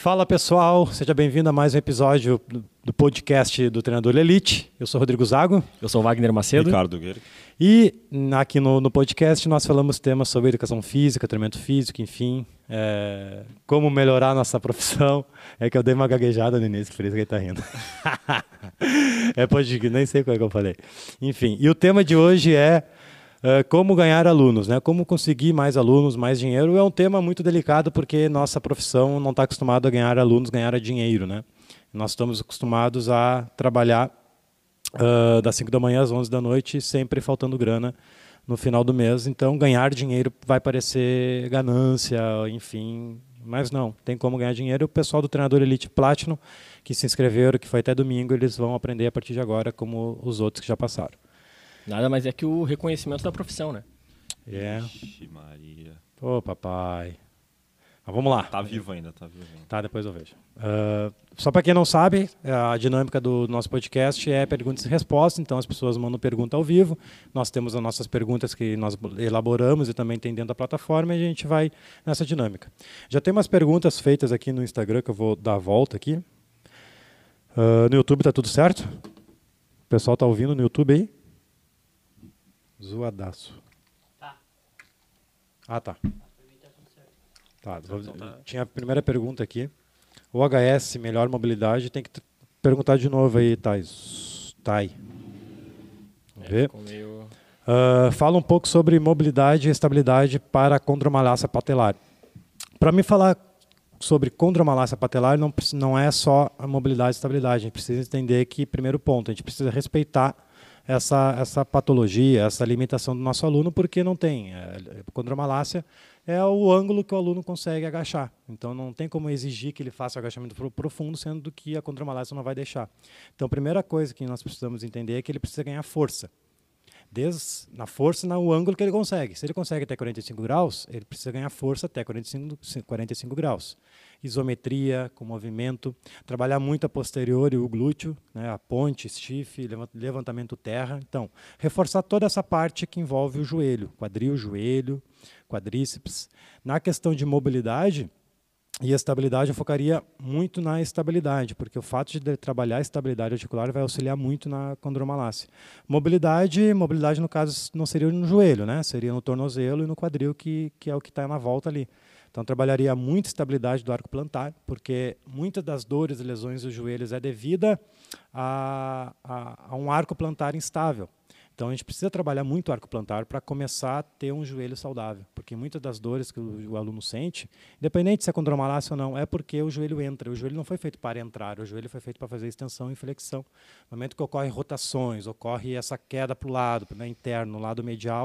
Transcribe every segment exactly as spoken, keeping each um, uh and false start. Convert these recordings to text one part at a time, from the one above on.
Fala pessoal, seja bem-vindo a mais um episódio do, do podcast do Treinador Elite. Eu sou Rodrigo Zago. Eu sou Wagner Macedo. Ricardo Guerra. E aqui no, no podcast nós falamos temas sobre educação física, treinamento físico, enfim, é, como melhorar a nossa profissão. É que eu dei uma gaguejada no início, por isso que ele está rindo. é pode, nem sei qual é que eu falei. Enfim, e o tema de hoje é Uh, como ganhar alunos, né? Como conseguir mais alunos, mais dinheiro. É um tema muito delicado porque nossa profissão não está acostumada a ganhar alunos, ganhar dinheiro, né? Nós estamos acostumados a trabalhar uh, das cinco da manhã às onze da noite, sempre faltando grana no final do mês. Então, ganhar dinheiro vai parecer ganância, enfim. Mas não, tem como ganhar dinheiro. O pessoal do Treinador Elite Platinum, que se inscreveram, que foi até domingo, eles vão aprender a partir de agora, como os outros que já passaram. Nada mais é que o reconhecimento da profissão, né? É. Ixi, Maria. Ô, papai. Mas vamos lá. Tá vivo ainda, tá vivo ainda. Tá, depois eu vejo. Uh, só para quem não sabe, a dinâmica do nosso podcast é perguntas e respostas, então as pessoas mandam pergunta ao vivo, nós temos as nossas perguntas que nós elaboramos e também tem dentro da plataforma e a gente vai nessa dinâmica. Já tem umas perguntas feitas aqui no Instagram que eu vou dar a volta aqui. Uh, no YouTube tá tudo certo? O pessoal tá ouvindo no YouTube aí? Zoadaço. Tá. Ah, tá. Tá, Então tá. Tinha a primeira pergunta aqui. O H S, melhor mobilidade, tem que perguntar de novo aí, Thais. Thay. Vamos ver. É, meio... uh, fala um pouco sobre mobilidade e estabilidade para a condromalácia patelar. Para me falar sobre condromalácia patelar, não, não é só a mobilidade e estabilidade. A gente precisa entender que, primeiro ponto, a gente precisa respeitar Essa, essa patologia, essa limitação do nosso aluno, porque não tem. É, condromalácia é o ângulo que o aluno consegue agachar. Então, não tem como exigir que ele faça o agachamento profundo, sendo que a condromalácia não vai deixar. Então, a primeira coisa que nós precisamos entender é que ele precisa ganhar força. Desde, na força, no ângulo que ele consegue. Se ele consegue até quarenta e cinco graus, ele precisa ganhar força até quarenta e cinco graus. Isometria, com movimento, trabalhar muito a posterior e o glúteo, né, a ponte, stiff, levantamento terra. Então, reforçar toda essa parte que envolve o joelho, quadril, joelho, quadríceps. Na questão de mobilidade e estabilidade, eu focaria muito na estabilidade, porque o fato de trabalhar a estabilidade articular vai auxiliar muito na condromalácia. Mobilidade, mobilidade no caso não seria no joelho, né? Seria no tornozelo e no quadril, que, que é o que está na volta ali. Então, trabalharia muito estabilidade do arco plantar, porque muitas das dores e lesões dos joelhos é devida a, a, a um arco plantar instável. Então, a gente precisa trabalhar muito o arco plantar para começar a ter um joelho saudável, porque muitas das dores que o, o aluno sente, independente se é condromalácia ou não, é porque o joelho entra. O joelho não foi feito para entrar, o joelho foi feito para fazer extensão e flexão. No momento que ocorrem rotações, ocorre essa queda para o lado, né, interno, no lado medial,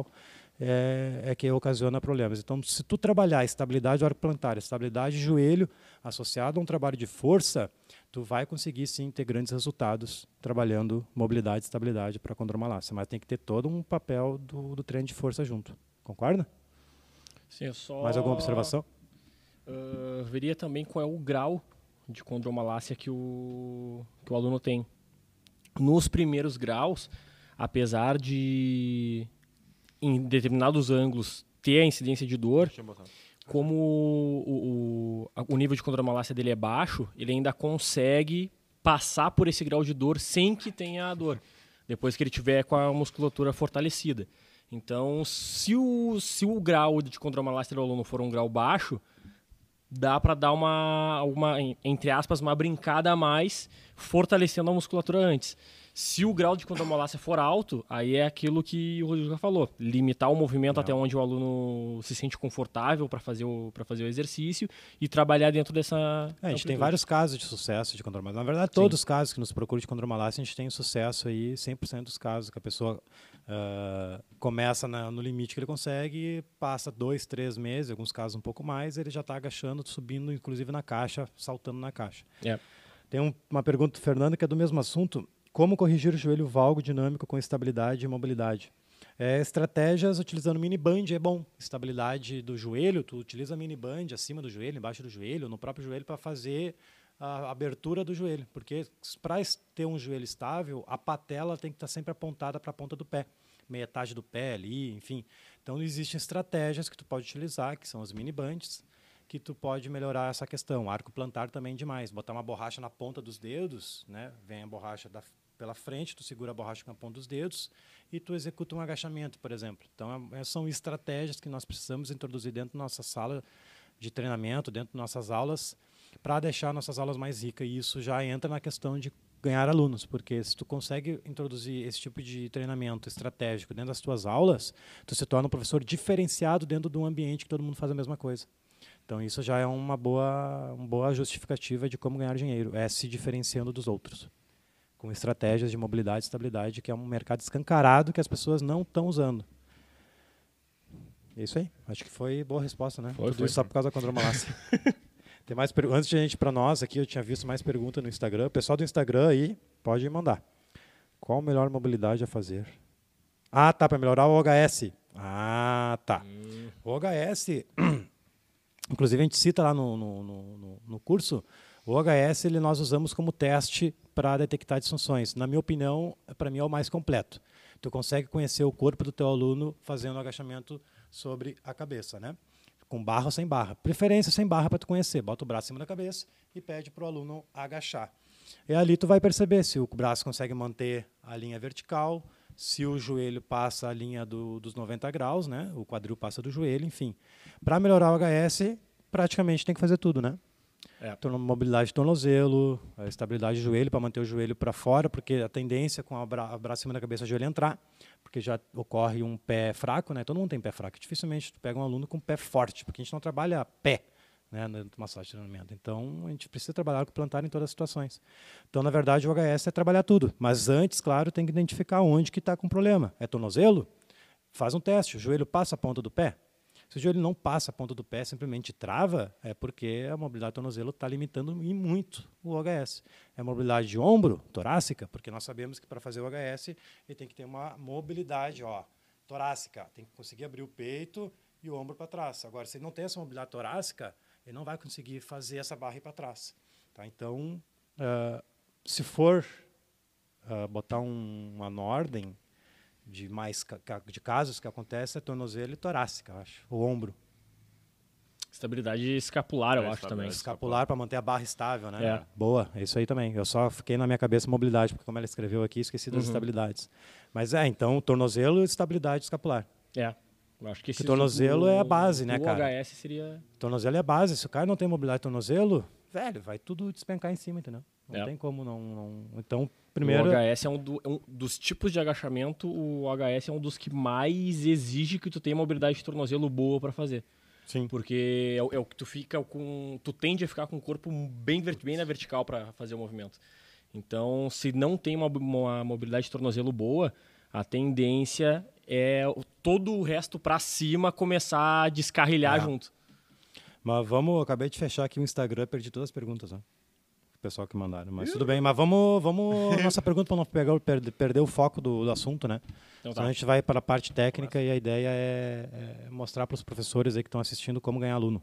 É, é que ocasiona problemas. Então, se tu trabalhar estabilidade do arco plantar, estabilidade de joelho, associado a um trabalho de força, tu vai conseguir sim ter grandes resultados trabalhando mobilidade e estabilidade para a condromalácia. Mas tem que ter todo um papel do, do treino de força junto. Concorda? Sim, eu só... Mais alguma observação? Uh, veria também qual é o grau de condromalácia que o, que o aluno tem. Nos primeiros graus, apesar de em determinados ângulos ter a incidência de dor, como o, o, o nível de condromalácia dele é baixo, ele ainda consegue passar por esse grau de dor sem que tenha a dor, depois que ele tiver com a musculatura fortalecida. Então, se o, se o grau de condromalácia do aluno for um grau baixo, dá para dar uma, uma, entre aspas, uma brincada a mais, fortalecendo a musculatura antes. Se o grau de condromalácia for alto, aí é aquilo que o Rodrigo já falou, limitar o movimento Não. até onde o aluno se sente confortável para fazer, o, fazer o exercício e trabalhar dentro dessa... É, a gente tem vários casos de sucesso de condromalácia. Na verdade, Sim. todos os casos que nos procuram de condromalácia, a gente tem sucesso aí, cem por cento dos casos, que a pessoa uh, começa na, no limite que ele consegue, passa dois, três meses, em alguns casos um pouco mais, ele já está agachando, subindo, inclusive na caixa, saltando na caixa. É. Tem um, uma pergunta do Fernando que é do mesmo assunto. Como corrigir o joelho valgo dinâmico com estabilidade e mobilidade? É, estratégias utilizando mini band é bom. Estabilidade do joelho, tu utiliza mini band acima do joelho, embaixo do joelho, no próprio joelho para fazer a abertura do joelho. Porque para ter um joelho estável, a patela tem que estar sempre apontada para a ponta do pé. Metade do pé ali, enfim. Então existem estratégias que tu pode utilizar, que são as mini bands, que tu pode melhorar essa questão. Arco plantar também demais. Botar uma borracha na ponta dos dedos, né? Vem a borracha da, pela frente, tu segura a borracha com a ponta dos dedos e tu executa um agachamento, por exemplo. Então, é, são estratégias que nós precisamos introduzir dentro da nossa sala de treinamento, dentro das nossas aulas, para deixar nossas aulas mais ricas. E isso já entra na questão de ganhar alunos, porque se tu consegue introduzir esse tipo de treinamento estratégico dentro das tuas aulas, tu se torna um professor diferenciado dentro de um ambiente que todo mundo faz a mesma coisa. Então, isso já é uma boa, uma boa justificativa de como ganhar dinheiro, é se diferenciando dos outros, com estratégias de mobilidade e estabilidade, que é um mercado escancarado que as pessoas não estão usando. É isso aí. Acho que foi boa resposta, né? Foi, Tudo foi. isso só por causa da condromalácia. Tem mais per... Antes de a gente ir para nós aqui, eu tinha visto mais perguntas no Instagram. O pessoal do Instagram aí pode mandar. Qual a melhor mobilidade a fazer? Ah, tá, para melhorar o O H S. Ah, tá. Hum. O O H S, inclusive a gente cita lá no, no, no, no curso, o O H S ele nós usamos como teste para detectar disfunções. Na minha opinião, para mim é o mais completo. Tu consegue conhecer o corpo do teu aluno fazendo agachamento sobre a cabeça, né? Com barra ou sem barra. Preferência sem barra para tu conhecer. Bota o braço em cima da cabeça e pede para o aluno agachar. E ali tu vai perceber se o braço consegue manter a linha vertical, se o joelho passa a linha do, dos noventa graus, né? O quadril passa do joelho, enfim. Para melhorar o H S, praticamente tem que fazer tudo, né? É. Mobilidade de tornozelo, a estabilidade do joelho, para manter o joelho para fora, porque a tendência com o bra braço em cima da cabeça é o joelho entrar, porque já ocorre um pé fraco, né? Todo mundo tem pé fraco. Dificilmente tu pega um aluno com pé forte, porque a gente não trabalha pé, né, na massagem de treinamento. Então, a gente precisa trabalhar com o plantar em todas as situações. Então, na verdade, o H S é trabalhar tudo. Mas antes, claro, tem que identificar onde que está com problema. É tornozelo? Faz um teste. O joelho passa a ponta do pé? Se o joelho não passa a ponta do pé, simplesmente trava, é porque a mobilidade do tornozelo está limitando e muito o O H S. É a mobilidade de ombro, torácica, porque nós sabemos que para fazer o H S ele tem que ter uma mobilidade ó, torácica, tem que conseguir abrir o peito e o ombro para trás. Agora, se ele não tem essa mobilidade torácica, ele não vai conseguir fazer essa barra para trás. Tá? Então, uh, se for uh, botar um, uma ordem de mais de casos que acontece é tornozelo e torácica, eu acho, o ombro. Estabilidade escapular, eu é, acho também. Escapular para manter a barra estável, né? É. Boa, é isso aí também. Eu só fiquei na minha cabeça mobilidade, porque como ela escreveu aqui, esqueci das uhum. estabilidades. Mas é, então, tornozelo e estabilidade escapular. É. Eu acho que esse tornozelo o, é a base, né, o cara? O H S seria... Tornozelo é a base. Se o cara não tem mobilidade de tornozelo, velho, vai tudo despencar em cima, entendeu? Não é. tem como não, não... Então, primeiro... O H S é um, do, um dos tipos de agachamento, o H S é um dos que mais exige que tu tenha mobilidade de tornozelo boa para fazer. Sim. Porque é, é o que tu fica com... Tu tende a ficar com o corpo bem, bem na vertical para fazer o movimento. Então, se não tem uma, uma mobilidade de tornozelo boa, a tendência é todo o resto para cima começar a descarrilhar é. junto. Mas vamos... Acabei de fechar aqui o Instagram, perdi todas as perguntas, ó. O pessoal que mandaram, mas tudo bem. Mas vamos... vamos nossa pergunta para não pegar, perder, perder o foco do, do assunto, né? Então, tá. Então a gente vai para a parte técnica e a ideia é, é mostrar para os professores aí que estão assistindo como ganhar aluno.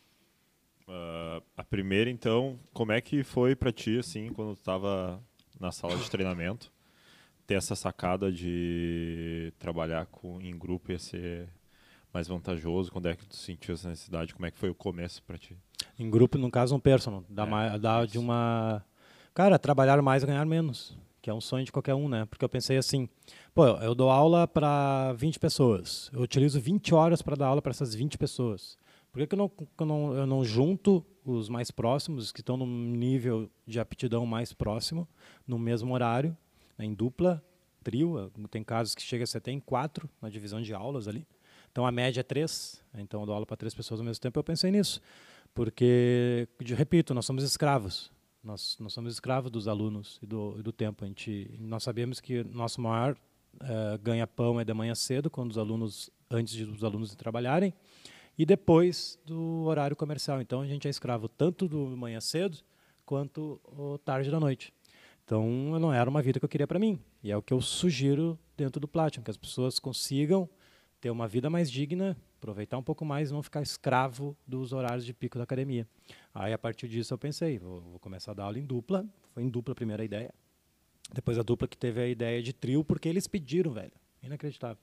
Uh, a primeira, então, como é que foi para ti, assim, quando tu estava na sala de treinamento, ter essa sacada de trabalhar com, em grupo ia ser mais vantajoso? Quando é que tu sentiu essa necessidade? Como é que foi o começo para ti? Em grupo, no caso, um personal. Dá, é, mais, dá de uma... Cara, trabalhar mais e ganhar menos, que é um sonho de qualquer um, né? Porque eu pensei assim, pô, eu dou aula para vinte pessoas, eu utilizo vinte horas para dar aula para essas vinte pessoas. Por que, que eu, não, eu, não, eu não junto os mais próximos, os que estão num nível de aptidão mais próximo, no mesmo horário, né, em dupla, trio, tem casos que chega a ser até em quatro na divisão de aulas ali. Então a média é três, então eu dou aula para três pessoas ao mesmo tempo. Eu pensei nisso, porque, de, repito, nós somos escravos. Nós, nós somos escravos dos alunos e do, e do tempo. A gente, nós sabemos que nosso maior uh, ganha-pão é de manhã cedo, quando os alunos, antes de os alunos trabalharem, e depois do horário comercial. Então a gente é escravo tanto do manhã cedo quanto o tarde da noite. Então não era uma vida que eu queria para mim. E é o que eu sugiro dentro do Platinum, que as pessoas consigam ter uma vida mais digna, aproveitar um pouco mais e não ficar escravo dos horários de pico da academia. Aí, a partir disso, eu pensei, vou, vou começar a dar aula em dupla. Foi em dupla a primeira ideia. Depois a dupla que teve a ideia de trio, porque eles pediram, velho. Inacreditável.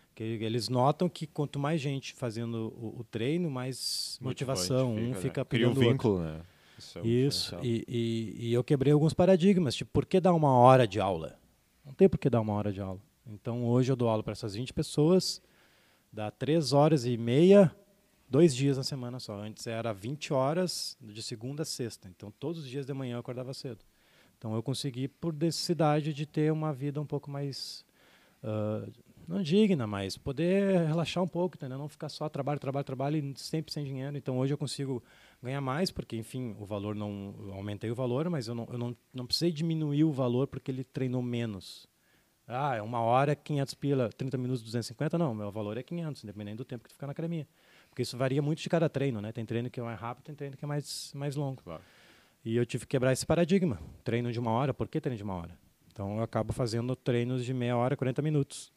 Que eles notam que quanto mais gente fazendo o, o treino, mais motivação, Motivante um fica, fica né? Cria um pegando o outro. vínculo, né? Isso, é um Isso, diferencial. e, e, e eu quebrei alguns paradigmas, tipo, por que dar uma hora de aula? Não tem por que dar uma hora de aula. Então, hoje eu dou aula para essas vinte pessoas, dá três horas e meia, dois dias na semana só. Antes era vinte horas, de segunda a sexta. Então, todos os dias de manhã eu acordava cedo. Então, eu consegui, por necessidade, de ter uma vida um pouco mais... Uh, não digna, mas poder relaxar um pouco, entendeu? Não ficar só trabalho, trabalho, trabalho e sempre sem dinheiro. Então, hoje eu consigo ganhar mais, porque, enfim, o valor não... Eu aumentei o valor, mas eu não, eu não, não precisei diminuir o valor porque ele treinou menos. Ah, é uma hora, quinhentos pila, trinta minutos, duzentos e cinquenta? Não, meu valor é quinhentos, independente do tempo que tu ficar na academia. Porque isso varia muito de cada treino, né? Tem treino que é mais rápido, tem treino que é mais, mais longo. Claro. E eu tive que quebrar esse paradigma. Treino de uma hora, por que treino de uma hora? Então, eu acabo fazendo treinos de meia hora, quarenta minutos.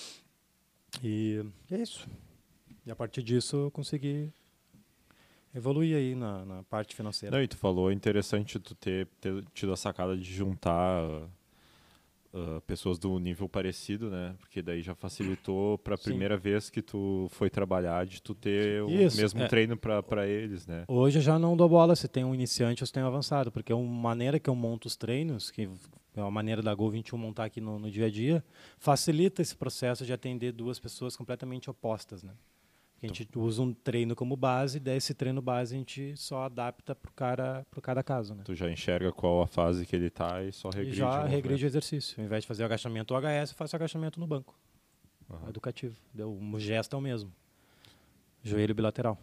E é isso. E a partir disso eu consegui evoluir aí na, na parte financeira. Não, e tu falou, é interessante tu ter, ter tido a sacada de juntar uh, uh, pessoas do nível parecido, né? Porque daí já facilitou para a primeira vez que tu foi trabalhar, de tu ter o Isso, mesmo é. treino para eles, né? Hoje eu já não dou bola se tem um iniciante ou se tem um avançado, porque a maneira que eu monto os treinos, que é a maneira da Gol vinte e um montar aqui no, no dia a dia, facilita esse processo de atender duas pessoas completamente opostas, né? A gente usa um treino como base, desse treino base a gente só adapta para o cara, para cada caso, né? Tu já enxerga qual a fase que ele tá e só E regride. já o regride o exercício. Ao invés de fazer o agachamento O H S, eu faço agachamento no banco. Uhum. Educativo. Deu, o gesto é o mesmo. Joelho bilateral.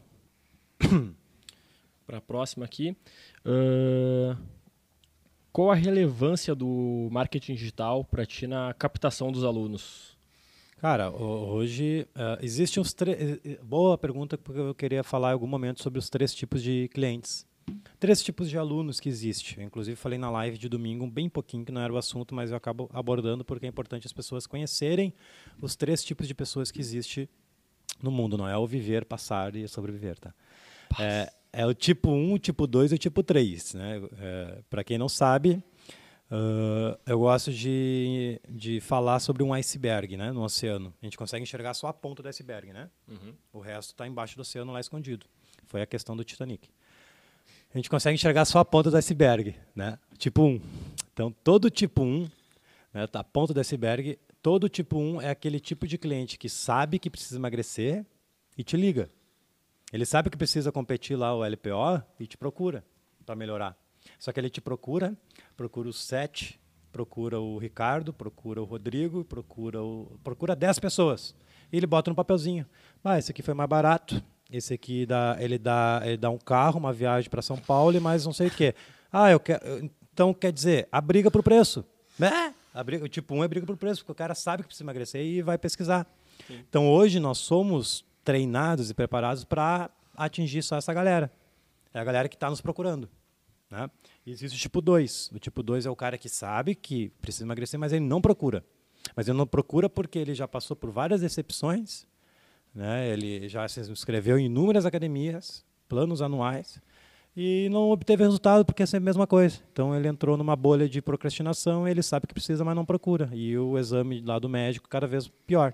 Para a próxima aqui. Uh, qual a relevância do marketing digital para ti na captação dos alunos? Cara, hoje uh, existem os três... Boa pergunta, porque eu queria falar em algum momento sobre os três tipos de clientes. Três tipos de alunos que existem. Eu, inclusive, falei na live de domingo, bem pouquinho, que não era o assunto, mas eu acabo abordando porque é importante as pessoas conhecerem os três tipos de pessoas que existem no mundo. Não é o viver, passar e sobreviver, tá? É, é o tipo um, o tipo dois e o tipo três. Né? É, para quem não sabe... Uh, eu gosto de, de falar sobre um iceberg, né, no oceano. A gente consegue enxergar só a ponta do iceberg, né? Uhum. O resto está embaixo do oceano lá escondido. Foi a questão do Titanic. A gente consegue enxergar só a ponta do iceberg, né? Tipo um. Então, todo tipo um, né, tá, a ponta do iceberg, todo tipo um é aquele tipo de cliente que sabe que precisa emagrecer e te liga. Ele sabe que precisa competir lá o L P O e te procura para melhorar. Só que ele te procura, procura o Sete, procura o Ricardo, procura o Rodrigo, procura o, procura dez pessoas. E ele bota no papelzinho. Ah, esse aqui foi mais barato, esse aqui dá, ele, dá, ele dá um carro, uma viagem para São Paulo e mais não sei o quê. Ah, eu quero, então quer dizer, a briga por preço. Né? A briga, o tipo um é briga por preço, porque o cara sabe que precisa emagrecer e vai pesquisar. Sim. Então hoje nós somos treinados e preparados para atingir só essa galera. É a galera que está nos procurando. Né? E existe o tipo dois. O tipo dois é o cara que sabe que precisa emagrecer, mas ele não procura. Mas ele não procura porque ele já passou por várias decepções, né? Ele já se inscreveu em inúmeras academias, planos anuais, e não obteve resultado porque é sempre a mesma coisa. Então ele entrou numa bolha de procrastinação, ele sabe que precisa, mas não procura. E o exame lá do médico cada vez pior.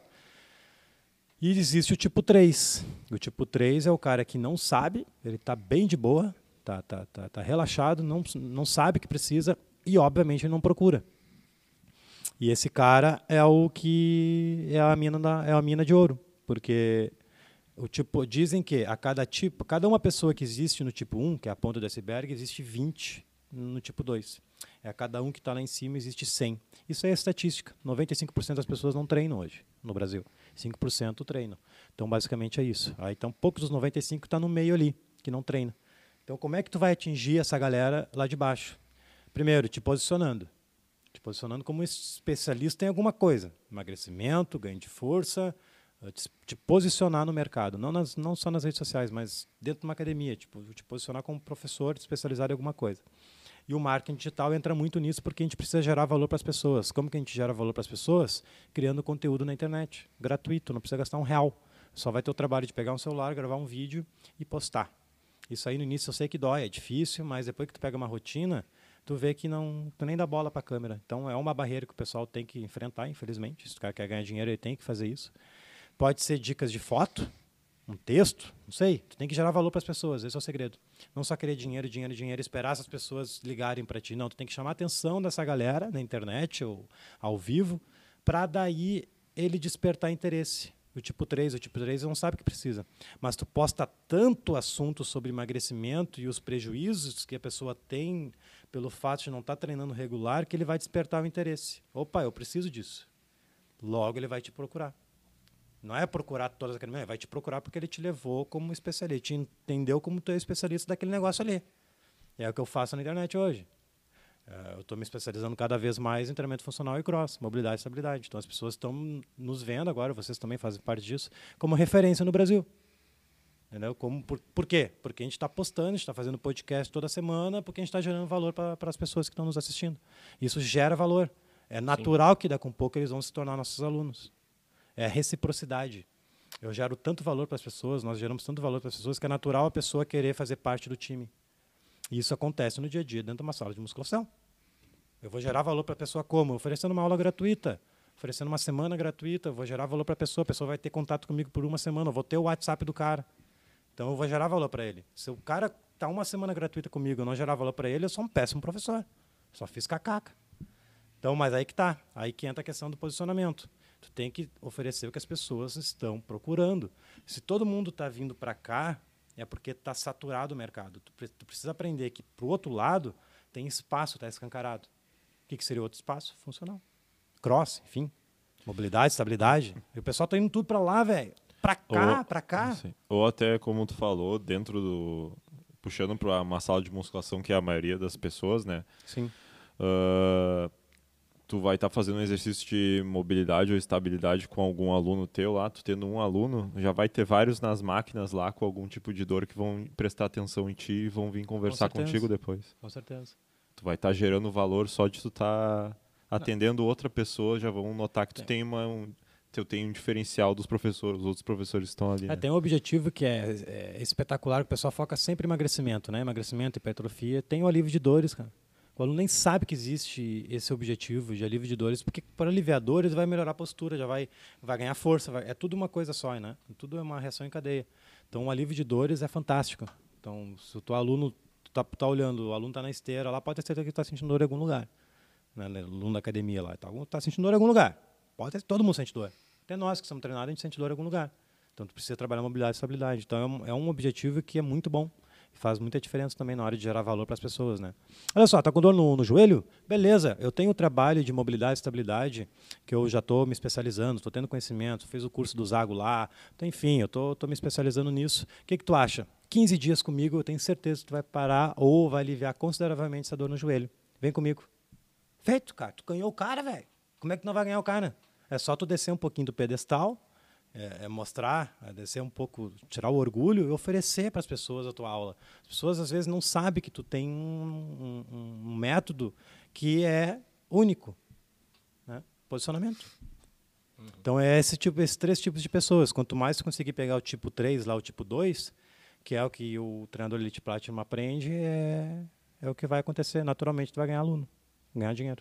E existe o tipo três. O tipo três é o cara que não sabe, ele está bem de boa, Tá, tá, tá, tá relaxado, não, não sabe que precisa e, obviamente, ele não procura. E esse cara é o que é a mina, da, é a mina de ouro, porque o tipo, dizem que a cada tipo, cada uma pessoa que existe no tipo um, que é a ponta do iceberg, existe vinte no tipo dois. É a cada um que está lá em cima existe cem. Isso é estatística. noventa e cinco por cento das pessoas não treinam hoje no Brasil. cinco por cento treinam. Então, basicamente, é isso. Aí, então, poucos dos noventa e cinco por cento estão no meio ali, que não treina. Então, como é que tu vai atingir essa galera lá de baixo? Primeiro, te posicionando. Te posicionando como especialista em alguma coisa. Emagrecimento, ganho de força, te, te posicionar no mercado. Não, nas, não só nas redes sociais, mas dentro de uma academia. Tipo, te posicionar como professor especializado em alguma coisa. E o marketing digital entra muito nisso porque a gente precisa gerar valor para as pessoas. Como que a gente gera valor para as pessoas? Criando conteúdo na internet. Gratuito, não precisa gastar um real. Só vai ter o trabalho de pegar um celular, gravar um vídeo e postar. Isso aí no início eu sei que dói, é difícil, mas depois que tu pega uma rotina, tu vê que não, tu nem dá bola para a câmera. Então é uma barreira que o pessoal tem que enfrentar, infelizmente. Se o cara quer ganhar dinheiro, ele tem que fazer isso. Pode ser dicas de foto, um texto, não sei. Tu tem que gerar valor para as pessoas, esse é o segredo. Não só querer dinheiro, dinheiro, dinheiro, esperar essas pessoas ligarem para ti. Não, tu tem que chamar a atenção dessa galera na internet ou ao vivo, para daí ele despertar interesse. O tipo três, o tipo três não sabe o que precisa. Mas tu posta tanto assunto sobre emagrecimento e os prejuízos que a pessoa tem pelo fato de não estar treinando regular, que ele vai despertar o interesse. Opa, eu preciso disso. Logo ele vai te procurar. Não é procurar todas as academias, vai te procurar porque ele te levou como especialista, te entendeu como tu é especialista daquele negócio ali. É o que eu faço na internet hoje. Eu estou me especializando cada vez mais em treinamento funcional e cross, mobilidade e estabilidade. Então as pessoas estão nos vendo agora, vocês também fazem parte disso, como referência no Brasil. Entendeu? Como, por, por quê? Porque a gente está postando, a gente está fazendo podcast toda semana, porque a gente está gerando valor para as pessoas que estão nos assistindo. Isso gera valor. É natural Sim. que daqui a um pouco eles vão se tornar nossos alunos. É reciprocidade. Eu gero tanto valor para as pessoas, nós geramos tanto valor para as pessoas, que é natural a pessoa querer fazer parte do time. E isso acontece no dia a dia, dentro de uma sala de musculação. Eu vou gerar valor para a pessoa como? Oferecendo uma aula gratuita, oferecendo uma semana gratuita, eu vou gerar valor para a pessoa, a pessoa vai ter contato comigo por uma semana, eu vou ter o WhatsApp do cara. Então eu vou gerar valor para ele. Se o cara está uma semana gratuita comigo e eu não gerar valor para ele, eu sou um péssimo professor. Só fiz cacaca. Então, mas aí que está. Aí que entra a questão do posicionamento. Tu tem que oferecer o que as pessoas estão procurando. Se todo mundo está vindo para cá, é porque está saturado o mercado. Tu, pre tu precisa aprender que, para o outro lado, tem espaço, está escancarado. O que, que seria outro espaço? Funcional. Cross, enfim. Mobilidade, estabilidade. E o pessoal está indo tudo para lá, velho. Para cá, para cá. Sim. Ou até, como tu falou, dentro do... Puxando para uma sala de musculação, que é a maioria das pessoas, né? Sim. Uh, tu vai estar tá fazendo um exercício de mobilidade ou estabilidade com algum aluno teu lá, tu tendo um aluno, já vai ter vários nas máquinas lá com algum tipo de dor que vão prestar atenção em ti e vão vir conversar com contigo depois. Com certeza. Tu vai estar tá gerando valor só de tu estar tá atendendo outra pessoa, já vão notar que tu tem, tem uma... Um, eu tenho um diferencial dos professores, os outros professores estão ali. É, né? Tem um objetivo que é, é espetacular, que o pessoal foca sempre em emagrecimento, né? Emagrecimento, hipertrofia. Tem o alívio de dores, cara. O aluno nem sabe que existe esse objetivo de alívio de dores, porque para aliviar dores vai melhorar a postura, já vai, vai ganhar força. Vai, é tudo uma coisa só, né? Tudo é uma reação em cadeia. Então o alívio de dores é fantástico. Então se o teu aluno está tá olhando, o aluno está na esteira lá, pode ter certeza que está sentindo dor em algum lugar. Né? Aluno da academia lá, está tá sentindo dor em algum lugar. Pode ter, todo mundo sente dor. Até nós que somos treinados, a gente sente dor em algum lugar. Então, tu precisa trabalhar mobilidade e estabilidade. Então, é um, é um objetivo que é muito bom. E faz muita diferença também na hora de gerar valor para as pessoas, né? Olha só, tá com dor no, no joelho? Beleza, eu tenho trabalho de mobilidade e estabilidade, que eu já estou me especializando, estou tendo conhecimento, fiz o curso do Zago lá. Então, enfim, eu estou me especializando nisso. O que, que tu acha? quinze dias comigo, eu tenho certeza que tu vai parar ou vai aliviar consideravelmente essa dor no joelho. Vem comigo. Feito, cara. Tu ganhou o cara, velho. Como é que tu não vai ganhar o cara? É só tu descer um pouquinho do pedestal, é, é mostrar, é descer um pouco, tirar o orgulho e oferecer para as pessoas a tua aula. As pessoas, às vezes, não sabem que tu tem um, um, um método que é único. Né? Posicionamento. Uhum. Então, é esse tipo, esses três tipos de pessoas. Quanto mais tu conseguir pegar o tipo três, lá, o tipo dois, que é o que o treinador Elite Platinum aprende, é, é o que vai acontecer. Naturalmente, tu vai ganhar aluno, ganhar dinheiro.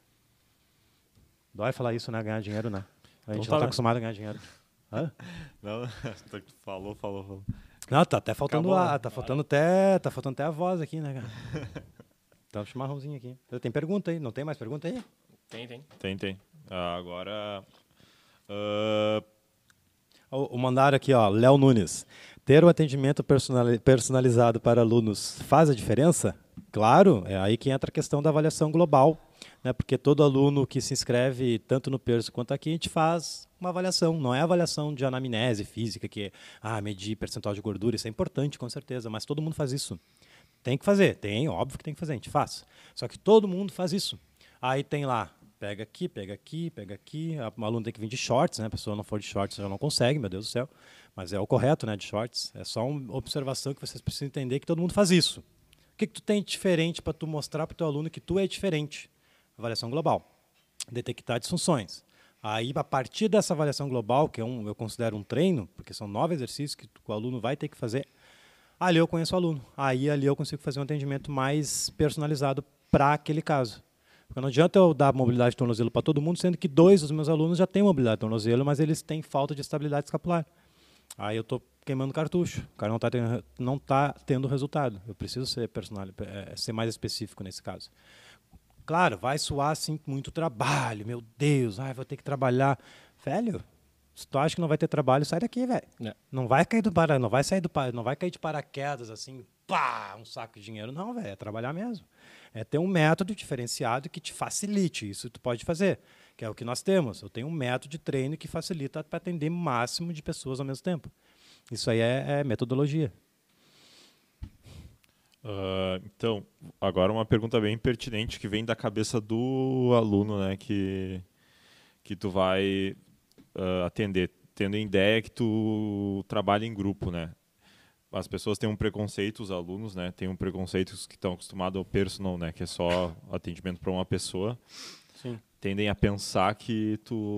Dói falar isso, né? Ganhar dinheiro, né? A gente não, não tá, tá acostumado a ganhar dinheiro. Hã? Não, falou, falou, falou. Não, tá até faltando Acabou, a, tá faltando até, tá faltando até a voz aqui, né, cara? Tá um chimarrãozinho aqui. Tem pergunta aí? Não tem mais pergunta aí? Tem, tem. Tem, tem. Ah, agora... Uh... O, o mandaram aqui, ó, Léo Nunes. Ter um atendimento personalizado para alunos faz a diferença? Claro, é aí que entra a questão da avaliação global. Né, porque todo aluno que se inscreve, tanto no Perso quanto aqui, a gente faz uma avaliação. Não é avaliação de anamnese física, que é ah, medir percentual de gordura, isso é importante, com certeza, mas todo mundo faz isso. Tem que fazer, tem, óbvio que tem que fazer, a gente faz. Só que todo mundo faz isso. Aí tem lá, pega aqui, pega aqui, pega aqui, o aluno tem que vir de shorts, né? A pessoa não for de shorts já não consegue, meu Deus do céu. Mas é o correto, né, de shorts. É só uma observação que vocês precisam entender que todo mundo faz isso. O que, que tu tem de diferente para tu mostrar para o teu aluno que tu é diferente? Avaliação global. Detectar disfunções. Aí, a partir dessa avaliação global, que é um, eu considero um treino, porque são nove exercícios que o aluno vai ter que fazer, ali eu conheço o aluno. Aí ali eu consigo fazer um atendimento mais personalizado para aquele caso. Porque não adianta eu dar mobilidade de tornozelo para todo mundo, sendo que dois dos meus alunos já têm mobilidade de tornozelo, mas eles têm falta de estabilidade escapular. Aí eu estou queimando cartucho. O cara não está tendo, não tá tendo resultado. Eu preciso ser personal, é, ser mais específico nesse caso. Claro, vai suar assim muito trabalho. Meu Deus, ai, vou ter que trabalhar. Velho, se tu acha que não vai ter trabalho, sai daqui, velho. É. Não vai cair do para, não vai sair do não vai cair de paraquedas assim, pá, um saco de dinheiro. Não, velho, é trabalhar mesmo. É ter um método diferenciado que te facilite. Isso tu pode fazer, que é o que nós temos. Eu tenho um método de treino que facilita para atender o máximo de pessoas ao mesmo tempo. Isso aí é, é metodologia. Uh, então, agora uma pergunta bem pertinente que vem da cabeça do aluno, né, que, que tu vai uh, atender, tendo em ideia que tu trabalha em grupo, né? As pessoas têm um preconceito, os alunos, né, têm um preconceito que estão acostumados ao personal, né, que é só atendimento para uma pessoa. Sim. Tendem a pensar que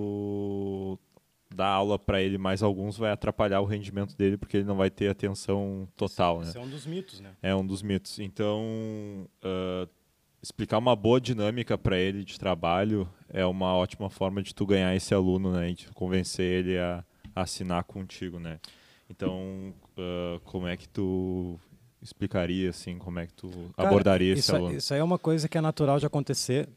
tu dar aula para ele mais alguns vai atrapalhar o rendimento dele porque ele não vai ter atenção total, esse, né? Esse é um dos mitos, né? É um dos mitos. Então, uh, explicar uma boa dinâmica para ele de trabalho é uma ótima forma de tu ganhar esse aluno, né? E de convencer ele a, a assinar contigo, né? Então, uh, como é que tu explicaria, assim, como é que tu Cara, abordaria esse isso, aluno? Isso aí é uma coisa que é natural de acontecer.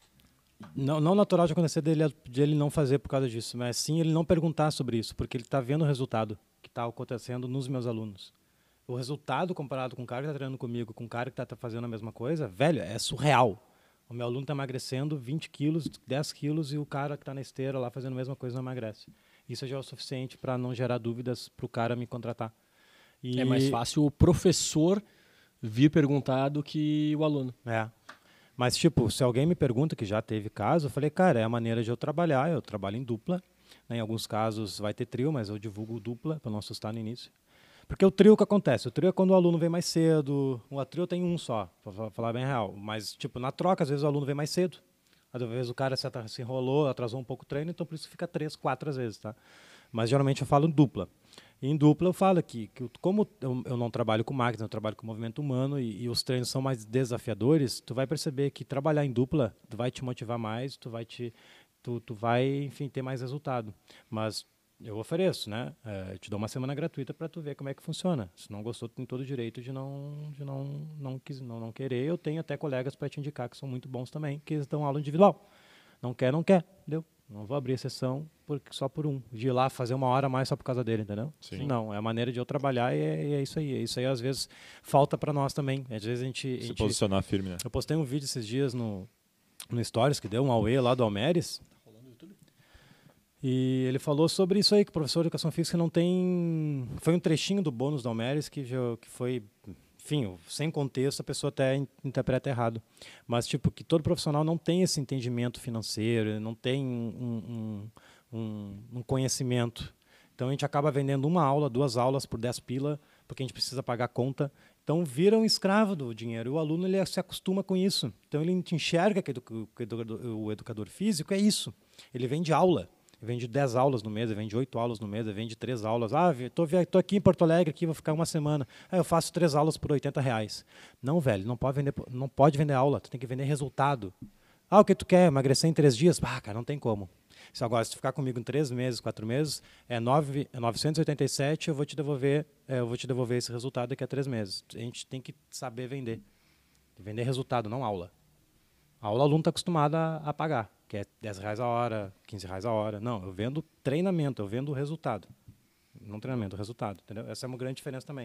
Não, não natural de acontecer dele, de ele não fazer por causa disso, mas sim ele não perguntar sobre isso, porque ele está vendo o resultado que está acontecendo nos meus alunos. O resultado comparado com o cara que está treinando comigo, com o cara que está fazendo a mesma coisa, velho, é surreal. O meu aluno está emagrecendo vinte quilos, dez quilos, e o cara que está na esteira lá fazendo a mesma coisa não emagrece. Isso já é o suficiente para não gerar dúvidas para o cara me contratar. E... É mais fácil o professor vir perguntar do que o aluno. É. Mas, tipo, se alguém me pergunta, que já teve caso, eu falei, cara, é a maneira de eu trabalhar, eu trabalho em dupla. Né? Em alguns casos vai ter trio, mas eu divulgo dupla, para não assustar no início. Porque o trio, o que acontece? O trio é quando o aluno vem mais cedo. O trio tem um só, para falar bem real. Mas, tipo, na troca, às vezes o aluno vem mais cedo. Às vezes o cara se, se enrolou, atrasou um pouco o treino, então por isso fica três, quatro às vezes, tá? Mas geralmente eu falo em dupla. E em dupla eu falo aqui que como eu, eu não trabalho com máquina, eu trabalho com movimento humano e, e os treinos são mais desafiadores, tu vai perceber que trabalhar em dupla tu vai te motivar mais, tu vai te, tu, tu vai, enfim, ter mais resultado. Mas eu ofereço, né? É, te dou uma semana gratuita para tu ver como é que funciona. Se não gostou, tu tem todo o direito de não, de não, não, quis, não, não querer. Eu tenho até colegas para te indicar que são muito bons também, que dão aula individual. Não quer, não quer, entendeu? Não vou abrir a sessão porque, só por um. De ir lá fazer uma hora a mais só por causa dele, entendeu? Sim. Não, é a maneira de eu trabalhar e é, e é isso aí. Isso aí, às vezes, falta para nós também. Às vezes a gente... Se a gente, posicionar firme, né? Eu postei um vídeo esses dias no, no Stories, que deu um auê lá do Almeres. Tá rolando no YouTube? E ele falou sobre isso aí, que o professor de Educação Física não tem... Foi um trechinho do bônus do Almeres que, que foi... Enfim, sem contexto, a pessoa até interpreta errado. Mas, tipo, que todo profissional não tem esse entendimento financeiro, não tem um, um, um, um conhecimento. Então, a gente acaba vendendo uma aula, duas aulas por dez pila, porque a gente precisa pagar a conta. Então, vira um escravo do dinheiro. E o aluno ele se acostuma com isso. Então, ele enxerga que o educador físico é isso. Ele vende aula. Vende dez aulas no mês, vende oito aulas no mês, vende três aulas. Ah, estou aqui em Porto Alegre, aqui, vou ficar uma semana. Ah, eu faço três aulas por oitenta reais. Não, velho, não pode vender, não pode vender aula, tu tem que vender resultado. Ah, o que tu quer? Emagrecer em três dias? Ah, cara, não tem como. Se agora, se tu ficar comigo em três meses, quatro meses, é, nove, é novecentos e oitenta e sete, eu vou te devolver, é, eu vou te devolver esse resultado daqui a três meses. A gente tem que saber vender. Vender resultado, não aula. A aula o aluno está acostumado a, a pagar, que é dez reais a hora, quinze reais a hora. Não, eu vendo treinamento, eu vendo o resultado. Não treinamento, o resultado. Entendeu? Essa é uma grande diferença também.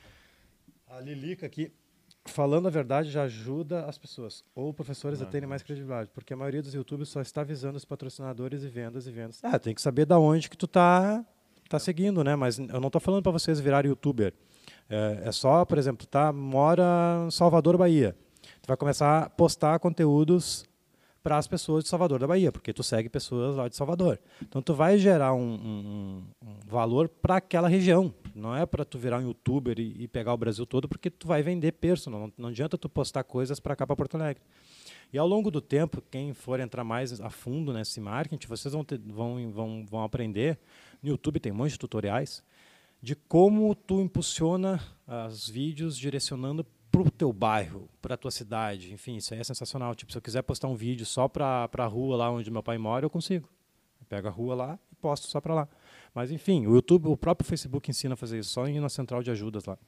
A Lilica aqui, falando a verdade, já ajuda as pessoas, ou professores a terem mais credibilidade, porque a maioria dos YouTubers só está visando os patrocinadores e vendas e vendas. Ah, tem que saber da onde que tu tá, tá seguindo, né? Mas eu não estou falando para vocês virarem YouTuber. É, é só, por exemplo, tu tá, mora em Salvador, Bahia. Tu vai começar a postar conteúdos para as pessoas de Salvador da Bahia, porque tu segue pessoas lá de Salvador. Então tu vai gerar um, um, um valor para aquela região. Não é para tu virar um youtuber e, e pegar o Brasil todo, porque tu vai vender personal. Não, não adianta tu postar coisas para cá, para Porto Alegre. E ao longo do tempo, quem for entrar mais a fundo nesse marketing, vocês vão, ter, vão, vão, vão aprender. No YouTube tem um monte de tutoriais de como tu impulsiona os vídeos direcionando para o teu bairro, para a tua cidade, enfim, isso aí é sensacional. Tipo, se eu quiser postar um vídeo só para a rua lá onde meu pai mora, eu consigo. Eu pego a rua lá e posto só para lá. Mas, enfim, o YouTube, o próprio Facebook ensina a fazer isso, só ir na central de ajudas lá.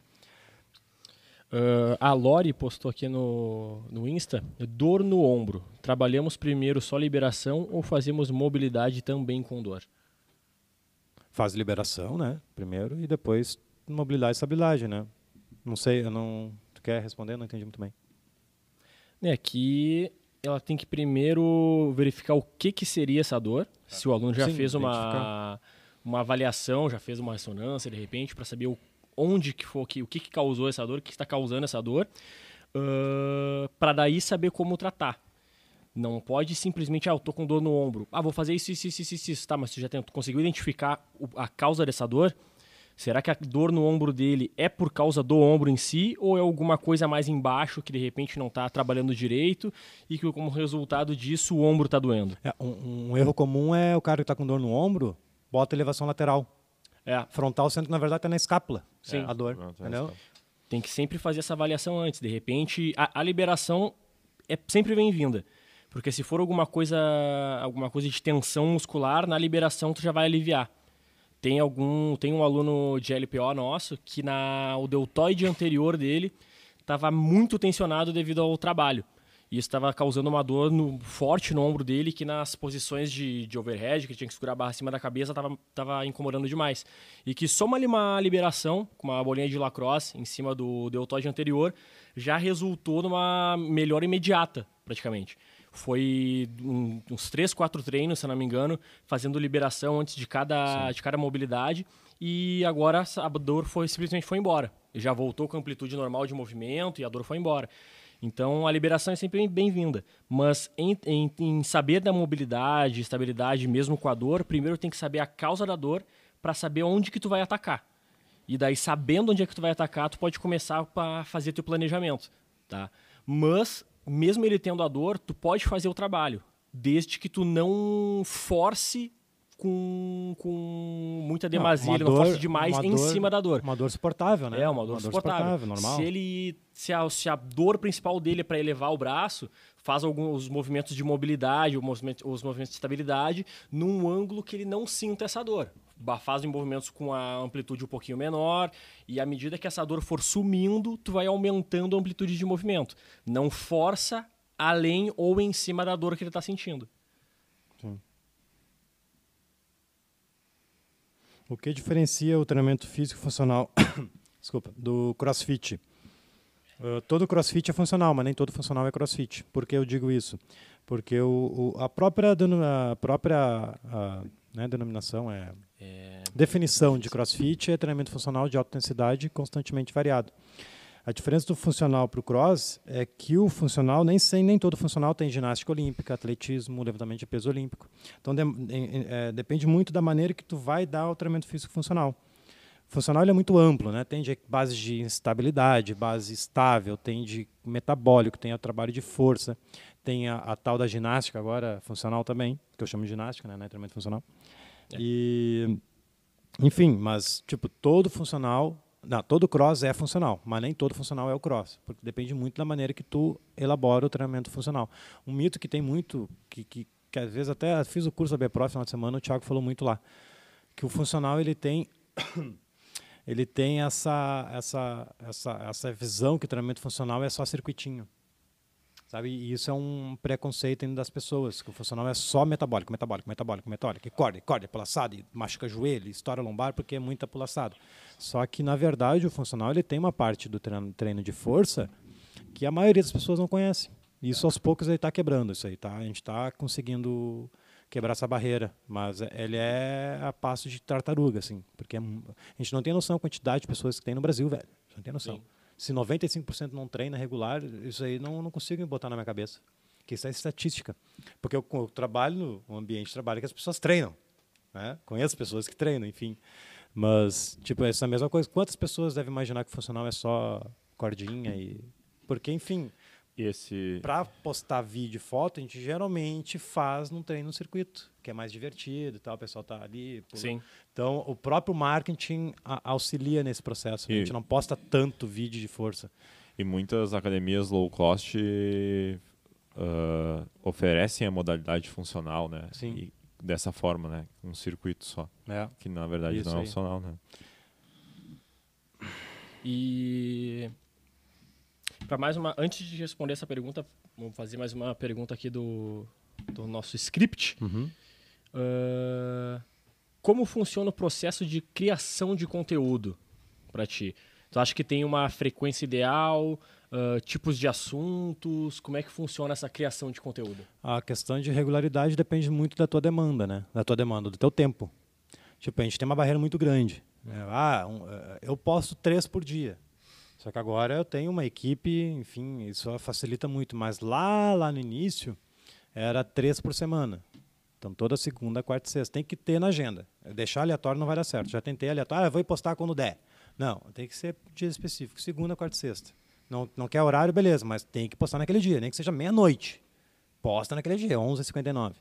Uh, a Lori postou aqui no, no Insta, dor no ombro. Trabalhamos primeiro só liberação ou fazemos mobilidade também com dor? Faz liberação, né? Primeiro, e depois mobilidade e estabilidade, né? Não sei, eu não... Tu quer responder? Não entendi muito bem. É, aqui ela tem que primeiro verificar o que, que seria essa dor. Tá. Se o aluno já Sim, fez uma, uma avaliação, já fez uma ressonância, de repente, para saber o onde que foi, o que, que causou essa dor, o que está causando essa dor, uh, para daí saber como tratar. Não pode simplesmente, ah, eu tô com dor no ombro. Ah, vou fazer isso, isso, isso, isso, isso. Tá, mas você já tem, conseguiu identificar o, a causa dessa dor? Será que a dor no ombro dele é por causa do ombro em si ou é alguma coisa mais embaixo que de repente não está trabalhando direito e que como resultado disso o ombro está doendo? É, um, um erro comum é o cara que está com dor no ombro, bota elevação lateral. É. Frontal, sendo que na verdade está na escápula. Sim. A dor. Não, entendeu? Tem que sempre fazer essa avaliação antes. De repente, a, a liberação é sempre bem-vinda. Porque se for alguma coisa, alguma coisa de tensão muscular, na liberação tu já vai aliviar. Tem, algum, tem um aluno de L P O nosso que na, o deltoide anterior dele estava muito tensionado devido ao trabalho. E isso estava causando uma dor no, forte no ombro dele, que nas posições de, de overhead, que tinha que segurar a barra acima da cabeça, estava tava incomodando demais. E que só uma, uma liberação, com uma bolinha de lacrosse em cima do deltoide anterior, já resultou numa melhora imediata, praticamente. Foi um, uns três, quatro treinos, se não me engano, fazendo liberação antes de cada, de cada mobilidade. E agora a dor foi, simplesmente foi embora. Já voltou com a amplitude normal de movimento e a dor foi embora. Então, a liberação é sempre bem-vinda. Mas em, em, em saber da mobilidade, estabilidade, mesmo com a dor, primeiro tem que saber a causa da dor para saber onde que tu vai atacar. E daí, sabendo onde é que tu vai atacar, tu pode começar a fazer teu planejamento. Tá? Mas, mesmo ele tendo a dor, tu pode fazer o trabalho, desde que tu não force com, com muita demasia, não, ele não dor, force demais em dor, cima da dor. Uma dor suportável, né? É, uma dor, uma suportável. dor suportável. Normal. Se, ele, se, a, se a dor principal dele é para elevar o braço, faz alguns movimentos de mobilidade, os movimentos, os movimentos de estabilidade, num ângulo que ele não sinta essa dor. Faz movimentos com a amplitude um pouquinho menor, e à medida que essa dor for sumindo, tu vai aumentando a amplitude de movimento. Não força além ou em cima da dor que ele está sentindo. Sim. O que diferencia o treinamento físico funcional desculpa, do CrossFit? Uh, todo CrossFit é funcional, mas nem todo funcional é CrossFit. Por que eu digo isso? Porque o, o, a própria, a própria a, né, denominação, é, é... definição de CrossFit é treinamento funcional de alta intensidade constantemente variado. A diferença do funcional para o cross é que o funcional, nem, sem, nem todo funcional tem ginástica olímpica, atletismo, levantamento de peso olímpico. Então, de, é, depende muito da maneira que tu vai dar o treinamento físico funcional. O funcional ele é muito amplo, né? Tem de base de estabilidade, base estável, tem de metabólico, tem o trabalho de força, tem a, a tal da ginástica agora, funcional também, que eu chamo de ginástica, né? Não é treinamento funcional. É. E, enfim, mas tipo, todo funcional... Não, todo cross é funcional, mas nem todo funcional é o cross, porque depende muito da maneira que tu elabora o treinamento funcional. Um mito que tem muito, que, que, que às vezes até fiz o curso da B Prof no final de semana, o Thiago falou muito lá, que o funcional ele tem, ele tem essa, essa, essa, essa visão que o treinamento funcional é só circuitinho. Sabe? E isso é um preconceito ainda das pessoas, que o funcional é só metabólico, metabólico, metabólico, metabólico, e corda, e corda, pulaçada, e machuca joelho, e estoura lombar porque é muito apulaçado. Só que, na verdade, o funcional ele tem uma parte do treino, treino de força que a maioria das pessoas não conhece. E isso aos poucos ele está quebrando, isso aí, tá? A gente está conseguindo quebrar essa barreira, mas ele é a passo de tartaruga, assim, porque a gente não tem noção da quantidade de pessoas que tem no Brasil, velho. Não tem noção. Sim. Se noventa e cinco por cento não treina regular, isso aí não, não consigo botar na minha cabeça. Porque isso é estatística. Porque eu, eu trabalho no ambiente de trabalho que as pessoas treinam. Né? Conheço pessoas que treinam, enfim. Mas, tipo, essa é a mesma coisa. Quantas pessoas devem imaginar que o funcional é só cordinha? E... Porque, enfim, esse... para postar vídeo e foto, a gente geralmente faz num treino no circuito, que é mais divertido e tal, o pessoal está ali. Pula. Sim. Então, o próprio marketing a, auxilia nesse processo. E... A gente não posta tanto vídeo de força. E muitas academias low cost uh, oferecem a modalidade funcional, né? Sim. E dessa forma, né? Um circuito só. É. Que na verdade Isso não é aí. funcional, né? E para mais uma, antes de responder essa pergunta, vamos fazer mais uma pergunta aqui do, do nosso script. Uhum. Uh, como funciona o processo de criação de conteúdo para ti? Tu acha que tem uma frequência ideal, uh, tipos de assuntos? Como é que funciona essa criação de conteúdo? A questão de regularidade depende muito da tua demanda, né? Da tua demanda, do teu tempo. Tipo, a gente tem uma barreira muito grande. Ah, um, eu posto três por dia. Só que agora eu tenho uma equipe, enfim, isso facilita muito. Mas lá, lá no início, era três por semana. Então, toda segunda, quarta e sexta. Tem que ter na agenda. Deixar aleatório não vai dar certo. Já tentei aleatório, ah, eu vou postar quando der. Não, tem que ser dia específico. Segunda, quarta e sexta. Não, não quer horário, beleza, mas tem que postar naquele dia. Nem que seja meia-noite. Posta naquele dia, onze e cinquenta e nove.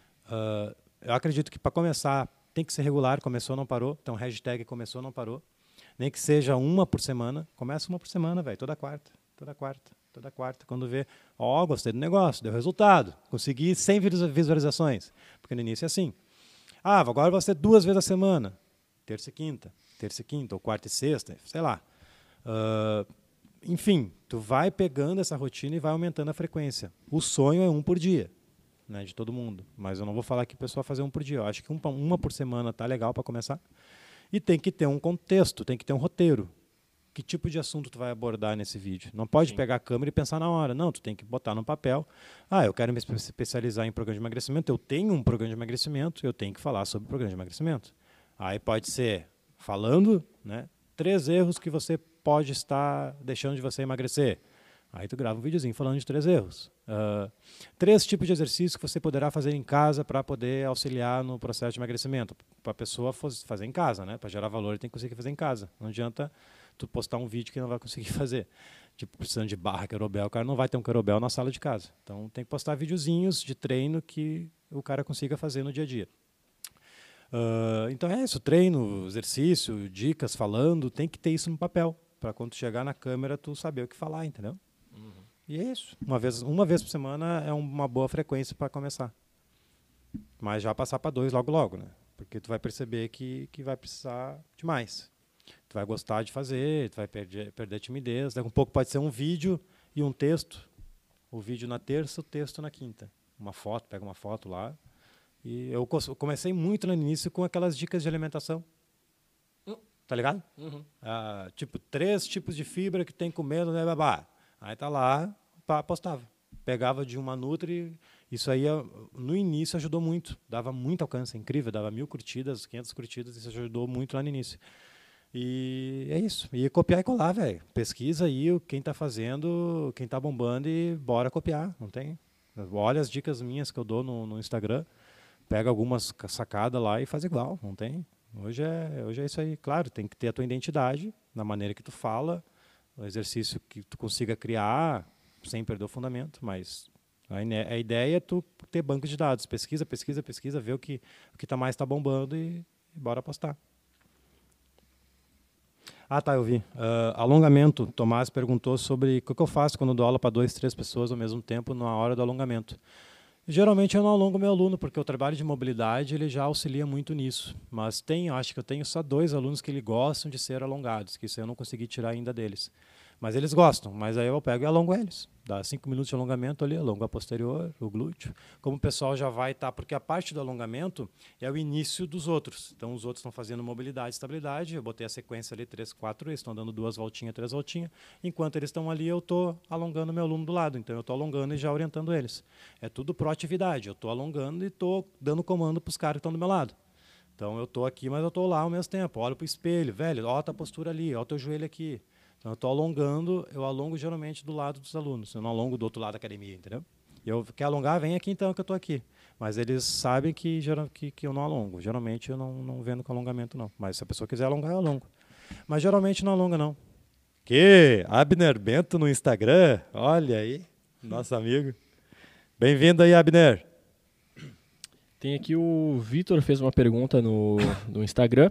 Uh, eu acredito que para começar tem que ser regular, começou, não parou. Então, hashtag começou, não parou. Nem que seja uma por semana. Começa uma por semana, velho, toda quarta. Toda quarta, toda quarta. Quando vê, ó, oh, gostei do negócio, deu resultado. Consegui cem visualizações. Porque no início é assim. Ah, agora vai ser duas vezes a semana. Terça e quinta. Terça e quinta, ou quarta e sexta, sei lá. Uh, enfim, tu vai pegando essa rotina e vai aumentando a frequência. O sonho é um por dia. Né, de todo mundo, mas eu não vou falar que o pessoal fazer um por dia. Eu acho que um, uma por semana tá legal para começar. E tem que ter um contexto, tem que ter um roteiro. Que tipo de assunto tu vai abordar nesse vídeo? Não pode Sim. pegar a câmera e pensar na hora. Não, tu tem que botar no papel. Ah, eu quero me especializar em programa de emagrecimento. Eu tenho um programa de emagrecimento, eu tenho que falar sobre o programa de emagrecimento. Aí pode ser falando, né, três erros que você pode estar deixando de você emagrecer. Aí tu grava um videozinho falando de três erros. Uh, três tipos de exercícios que você poderá fazer em casa para poder auxiliar no processo de emagrecimento. Para a pessoa fazer em casa, né? Para gerar valor, ele tem que conseguir fazer em casa. Não adianta tu postar um vídeo que não vai conseguir fazer. Tipo, precisando de barra, querobel, o cara não vai ter um querobel na sala de casa. Então tem que postar videozinhos de treino que o cara consiga fazer no dia a dia. Uh, então é isso, treino, exercício, dicas, falando, tem que ter isso no papel. Para quando chegar na câmera, tu saber o que falar, entendeu? Uhum. E é isso. Uma vez, uma vez por semana é uma boa frequência para começar. Mas já passar para dois logo logo, né? Porque tu vai perceber que, que vai precisar de mais. Tu vai gostar de fazer, tu vai perder, perder a timidez. Daqui a um pouco pode ser um vídeo e um texto. O vídeo na terça, o texto na quinta. Uma foto, pega uma foto lá. E eu comecei muito no início com aquelas dicas de alimentação. Uhum. Tá ligado? Uhum. Ah, tipo, três tipos de fibra que tem que comer, né, babá. Aí tá lá, pá, postava. Pegava de uma Nutri, isso aí no início ajudou muito, dava muito alcance, incrível, dava mil curtidas, quinhentas curtidas, isso ajudou muito lá no início. E é isso, e copiar e colar, velho. Pesquisa aí quem tá fazendo, quem tá bombando e bora copiar, não tem? Olha as dicas minhas que eu dou no, no Instagram, pega algumas sacadas lá e faz igual, não tem? Hoje é, hoje é isso aí, claro, tem que ter a tua identidade, na maneira que tu fala, o exercício que tu consiga criar sem perder o fundamento, mas a ideia é tu ter banco de dados, pesquisa, pesquisa, pesquisa, ver o que o que tá mais está bombando e, e bora postar. Ah, tá, eu vi. Uh, alongamento, Tomás perguntou sobre o que eu faço quando dou aula para duas, três pessoas ao mesmo tempo na hora do alongamento. Geralmente eu não alongo meu aluno, porque o trabalho de mobilidade ele já auxilia muito nisso. Mas tem, acho que eu tenho só dois alunos que ele gostam de ser alongados, que isso eu não consegui tirar ainda deles. Mas eles gostam, mas aí eu pego e alongo eles. Dá cinco minutos de alongamento ali, alongo a posterior, o glúteo. Como o pessoal já vai estar, tá, porque a parte do alongamento é o início dos outros. Então os outros estão fazendo mobilidade e estabilidade, eu botei a sequência ali, três, quatro, eles estão dando duas voltinhas, três voltinhas. Enquanto eles estão ali, eu estou alongando meu aluno do lado. Então eu estou alongando e já orientando eles. É tudo proatividade, eu estou alongando e estou dando comando para os caras que estão do meu lado. Então eu estou aqui, mas eu estou lá ao mesmo tempo. Olho para o espelho, velho, olha a tua postura ali, olha o teu joelho aqui. Então, eu estou alongando, eu alongo geralmente do lado dos alunos, eu não alongo do outro lado da academia, entendeu? Eu quer alongar, vem aqui então que eu estou aqui. Mas eles sabem que, que, que eu não alongo. Geralmente eu não, não vendo com alongamento, não. Mas se a pessoa quiser alongar, eu alongo. Mas geralmente não alonga, não. Que? Abner Bento no Instagram? Olha aí, nosso amigo. Bem-vindo aí, Abner. Tem aqui o Vitor fez uma pergunta no, no Instagram.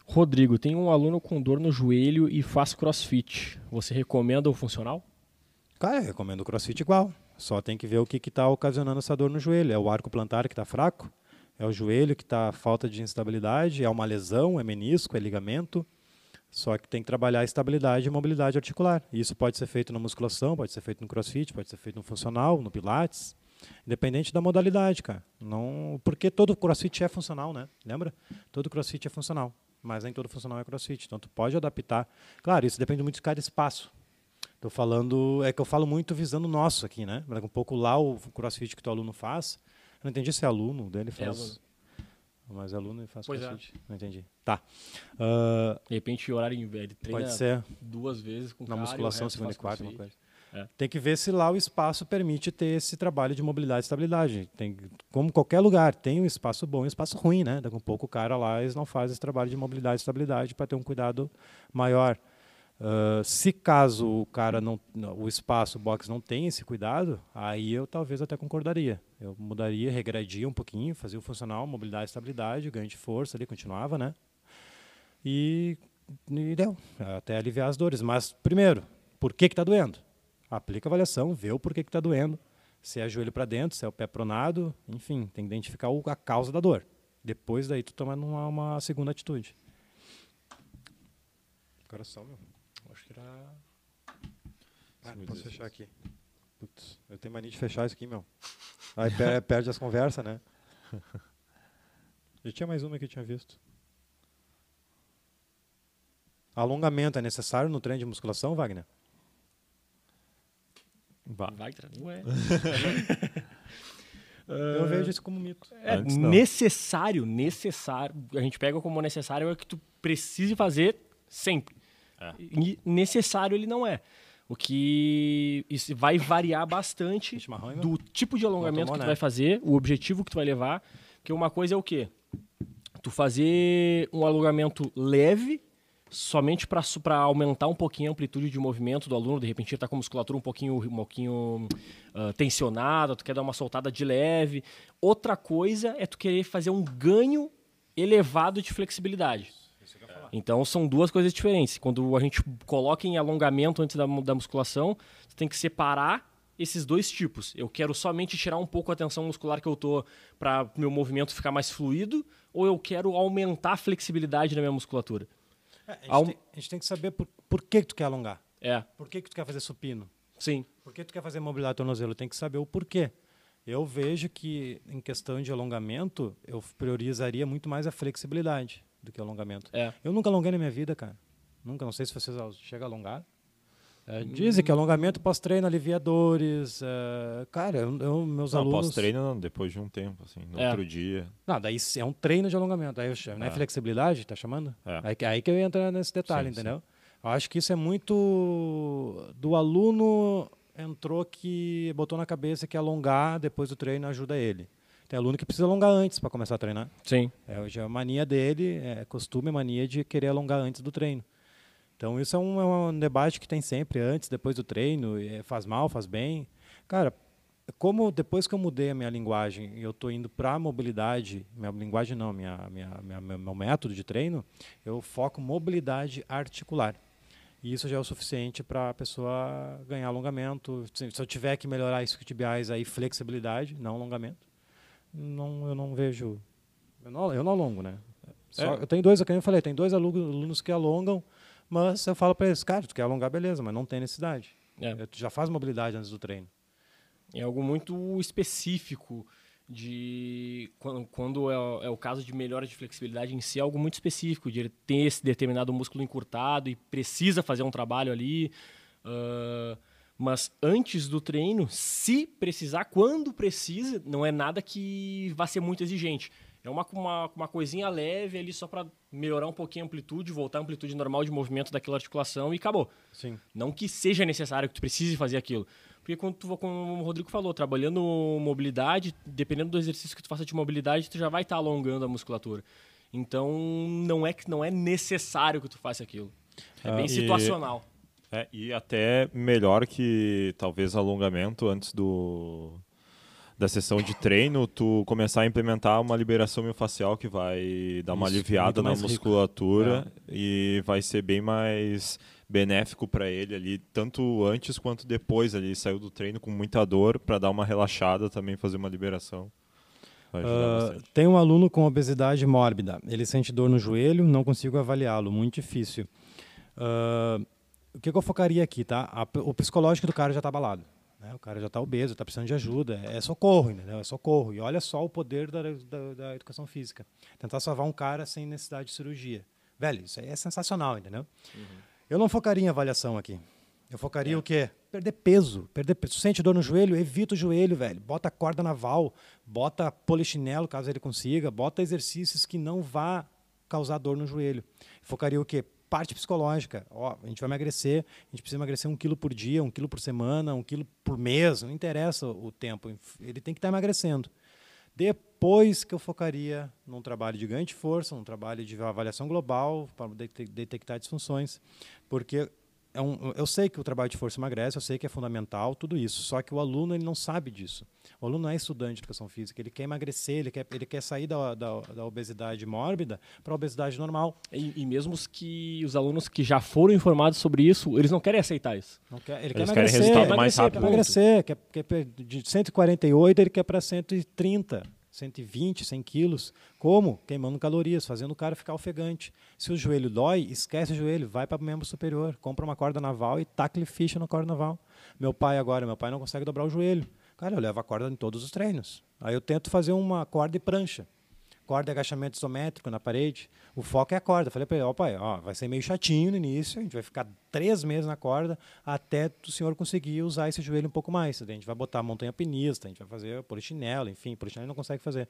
Rodrigo, tem um aluno com dor no joelho e faz crossfit. Você recomenda o funcional? Cara, eu recomendo o crossfit igual. Só tem que ver o que está ocasionando essa dor no joelho. É o arco plantar que está fraco? É o joelho que está falta de instabilidade? É uma lesão? É menisco? É ligamento? Só que tem que trabalhar a estabilidade e mobilidade articular. Isso pode ser feito na musculação, pode ser feito no crossfit, pode ser feito no funcional, no pilates. Independente da modalidade, cara. Não, porque todo crossfit é funcional, né? Lembra? Todo crossfit é funcional. Mas nem todo funcional é crossfit. Então, tu pode adaptar. Claro, isso depende muito de cada espaço. Estou falando, é que eu falo muito visando o nosso aqui, né? Um pouco lá o crossfit que o teu aluno faz. Eu não entendi se é aluno dele faz. É aluno. Mas é aluno e faz Pois crossfit. É. Não entendi. Tá. Uh, De repente, horário em ele treina pode ser duas vezes com na cara, musculação, segunda e quarta, uma coisa. É. Tem que ver se lá o espaço permite ter esse trabalho de mobilidade e estabilidade. Tem, como qualquer lugar, tem um espaço bom e um espaço ruim, né? Daqui a pouco o cara lá eles não faz esse trabalho de mobilidade e estabilidade para ter um cuidado maior. Uh, se caso o cara não, o espaço, o box não tem esse cuidado, aí eu talvez até concordaria. Eu mudaria, regradia um pouquinho, fazia o funcional, mobilidade e estabilidade, ganho de força ali, continuava, né? E, e deu, até aliviar as dores. Mas, primeiro, por que está doendo? Aplica a avaliação, vê o porquê que está doendo, se é joelho para dentro, se é o pé pronado, enfim, tem que identificar o, a causa da dor. Depois daí tu toma uma, uma segunda atitude. Coração, meu. Acho que era... Ah, não posso fechar aqui. Putz, eu tenho mania de fechar isso aqui, meu. Aí per perde as conversas, né? Já tinha mais uma que eu tinha visto. Alongamento é necessário no treino de musculação, Wagner? Vai, ué. Eu vejo isso como mito. É necessário, necessário. A gente pega como necessário é que tu precise fazer sempre. É. E necessário ele não é. O que isso vai variar bastante do tipo de alongamento que tu vai fazer, o objetivo que tu vai levar. Porque uma coisa é o quê? Tu fazer um alongamento leve, somente para aumentar um pouquinho a amplitude de movimento do aluno, de repente ele está com a musculatura um pouquinho, um pouquinho uh, tensionada, tu quer dar uma soltada de leve. Outra coisa é tu querer fazer um ganho elevado de flexibilidade. Isso que eu ia falar. Então são duas coisas diferentes. Quando a gente coloca em alongamento antes da, da musculação, você tem que separar esses dois tipos. Eu quero somente tirar um pouco a tensão muscular que eu tô para meu movimento ficar mais fluido, ou eu quero aumentar a flexibilidade na minha musculatura. É, a, gente Al... tem, a gente tem que saber por, por que, que tu quer alongar. É. Por que, que tu quer fazer supino? Sim. Por que tu quer fazer mobilidade do tornozelo? Tem que saber o porquê. Eu vejo que, em questão de alongamento, eu priorizaria muito mais a flexibilidade do que o alongamento. É. Eu nunca alonguei na minha vida, cara. Nunca. Não sei se vocês chegam a alongar. É, dizem que alongamento pós-treino alivia dores. É, cara, eu, eu, meus não, alunos... pós-treino não, depois de um tempo, assim, no é. outro dia. Não, daí é um treino de alongamento. Aí, não é, é flexibilidade, tá chamando? É. Aí, aí que eu ia entrar nesse detalhe, sim, entendeu? Sim. Eu acho que isso é muito... Do aluno entrou que botou na cabeça que alongar depois do treino ajuda ele. Tem aluno que precisa alongar antes para começar a treinar. Sim. É, já é a mania dele, é costume, é mania de querer alongar antes do treino. Então isso é um, é um debate que tem sempre, antes, depois do treino, é, faz mal, faz bem. Cara, como depois que eu mudei a minha linguagem e eu estou indo para a mobilidade, minha linguagem não, minha, minha, minha, meu método de treino, eu foco mobilidade articular. E isso já é o suficiente para a pessoa ganhar alongamento. Se, se eu tiver que melhorar isquiotibiais, aí flexibilidade, não alongamento. Não, eu não vejo... Eu não, eu não alongo, né? Só, é. Eu tenho dois, como eu falei, tem dois alunos que alongam, mas eu falo para eles, cara, tu quer alongar, beleza, mas não tem necessidade. É. Tu já faz mobilidade antes do treino. É algo muito específico de quando, quando é, é o caso de melhora de flexibilidade em si, é algo muito específico, de ele ter esse determinado músculo encurtado e precisa fazer um trabalho ali. Uh, mas antes do treino, se precisar, quando precisa, não é nada que vá ser muito exigente. É uma, uma, uma coisinha leve ali só para melhorar um pouquinho a amplitude, voltar à amplitude normal de movimento daquela articulação e acabou. Sim. Não que seja necessário que tu precise fazer aquilo. Porque quando tu, como o Rodrigo falou, trabalhando mobilidade, dependendo do exercício que tu faça de mobilidade, tu já vai estar tá alongando a musculatura. Então não é que não é necessário que tu faça aquilo. É ah, bem situacional. E, é, e até melhor que talvez alongamento antes do... da sessão de treino, tu começar a implementar uma liberação miofascial que vai dar uma Isso, aliviada muito na mais rico. musculatura e vai ser bem mais benéfico para ele ali, tanto antes quanto depois. Ali saiu do treino com muita dor, para dar uma relaxada também, fazer uma liberação. Vai ajudar Uh, bastante. tem um aluno com obesidade mórbida. Ele sente dor no joelho, não consigo avaliá-lo, muito difícil. Uh, o que, que eu focaria aqui, tá? A, o psicológico do cara já está abalado. Né? O cara já está obeso, está precisando de ajuda. É socorro, entendeu? É socorro. E olha só o poder da, da, da educação física. Tentar salvar um cara sem necessidade de cirurgia. Velho, isso aí é sensacional, entendeu? Uhum. Eu não focaria em avaliação aqui. Eu focaria é. o quê? Perder peso. Perder peso. Se sente dor no joelho, evita o joelho, velho. Bota corda naval, bota polichinelo, caso ele consiga, bota exercícios que não vá causar dor no joelho. Focaria o quê? Parte psicológica. Ó, a gente vai emagrecer, a gente precisa emagrecer um quilo por dia, um quilo por semana, um quilo por mês, não interessa o tempo. Ele tem que estar emagrecendo. Depois que eu focaria num trabalho de ganho de força, num trabalho de avaliação global, para detectar disfunções, porque é um, eu sei que o trabalho de força emagrece, eu sei que é fundamental, tudo isso, só que o aluno ele não sabe disso. O aluno não é estudante de educação física, ele quer emagrecer, ele quer, ele quer sair da, da, da obesidade mórbida para a obesidade normal. E, e mesmo os, que, os alunos que já foram informados sobre isso, eles não querem aceitar isso. Não quer, ele eles quer querem emagrecer, resultado quer mais rápido. Quer emagrecer, quer, quer, de cento e quarenta e oito ele quer para cento e trinta. cento e vinte, cem quilos. Como? Queimando calorias, fazendo o cara ficar ofegante. Se o joelho dói, esquece o joelho, vai para o membro superior, compra uma corda naval e taca-lhe ficha na corda naval. Meu pai agora, meu pai não consegue dobrar o joelho. Cara, eu levo a corda em todos os treinos. Aí eu tento fazer uma corda e prancha. Corda e agachamento isométrico na parede. O foco é a corda. Eu falei para ele, ó pai, ó, vai ser meio chatinho no início, a gente vai ficar três meses na corda até o senhor conseguir usar esse joelho um pouco mais. A gente vai botar montanha pinista, a gente vai fazer polichinelo, enfim, polichinelo não consegue fazer.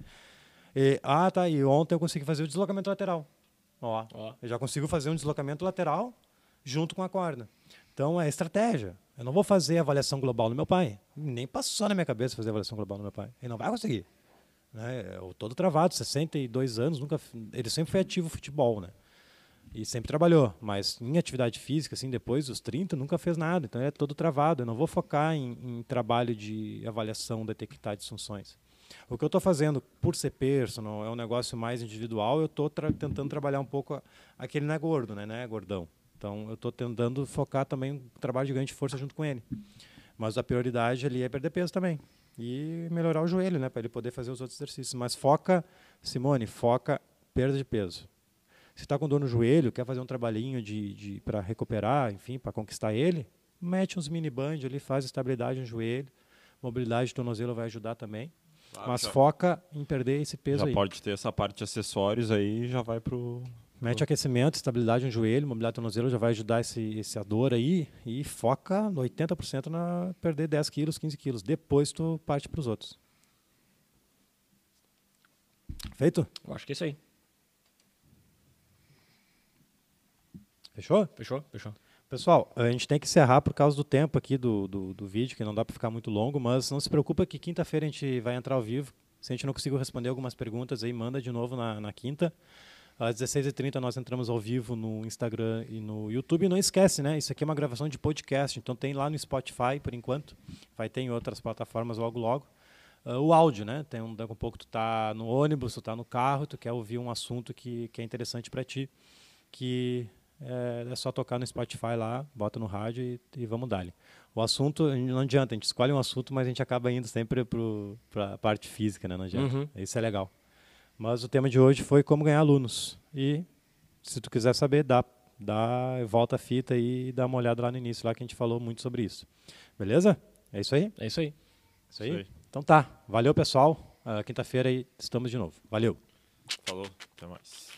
E, ah, tá, e ontem eu consegui fazer o deslocamento lateral. Ó, ó, eu já consigo fazer um deslocamento lateral junto com a corda. Então é estratégia. Eu não vou fazer avaliação global no meu pai. Nem passou na minha cabeça fazer avaliação global no meu pai. Ele não vai conseguir. Né? Eu todo travado, sessenta e dois anos, nunca, ele sempre foi ativo no futebol, né? E sempre trabalhou, mas em atividade física, assim, depois dos trinta, nunca fez nada, então é todo travado. Eu não vou focar em, em trabalho de avaliação, detectar disfunções. O que eu estou fazendo, por ser personal, é um negócio mais individual, eu estou tra tentando trabalhar um pouco, aquele não é gordo, né? Não é gordão. Então eu estou tentando focar também no trabalho de ganho de força junto com ele. Mas a prioridade ali é perder peso também. E melhorar o joelho, né, para ele poder fazer os outros exercícios. Mas foca, Simone, foca perda de peso. Se está com dor no joelho, quer fazer um trabalhinho de, de, para recuperar, enfim, para conquistar ele, mete uns mini band ali, faz estabilidade no joelho, mobilidade de tornozelo vai ajudar também. Claro, mas já, foca em perder esse peso já aí. Já pode ter essa parte de acessórios aí, já vai pro... Mete aquecimento, estabilidade no joelho, mobilidade do tornozelo já vai ajudar esse, essa dor aí e foca no oitenta por cento na perder dez quilos, quinze quilos. Depois tu parte para os outros. Feito? Eu acho que é isso aí. Fechou? Fechou? Fechou. Pessoal, a gente tem que encerrar por causa do tempo aqui do, do, do vídeo, que não dá para ficar muito longo, mas não se preocupa que quinta-feira a gente vai entrar ao vivo. Se a gente não conseguiu responder algumas perguntas aí, manda de novo na, na quinta. Às dezesseis e trinta nós entramos ao vivo no Instagram e no YouTube. E não esquece, né? Isso aqui é uma gravação de podcast, então tem lá no Spotify, por enquanto. Vai ter em outras plataformas logo, logo. Uh, o áudio, né? Tem um, daqui a pouco tu tá no ônibus, tu tá no carro, tu quer ouvir um assunto que, que é interessante para ti, que é, é só tocar no Spotify lá, bota no rádio e, e vamos dar. O assunto, não adianta, a gente escolhe um assunto, mas a gente acaba indo sempre para a parte física, né? Não adianta. Uhum. Isso é legal. Mas o tema de hoje foi como ganhar alunos. E se tu quiser saber, dá, dá, volta a fita aí e dá uma olhada lá no início, lá que a gente falou muito sobre isso. Beleza? É isso aí? É isso aí. Isso aí? Isso aí. Então tá. Valeu, pessoal. Uh, quinta-feira aí estamos de novo. Valeu. Falou. Até mais.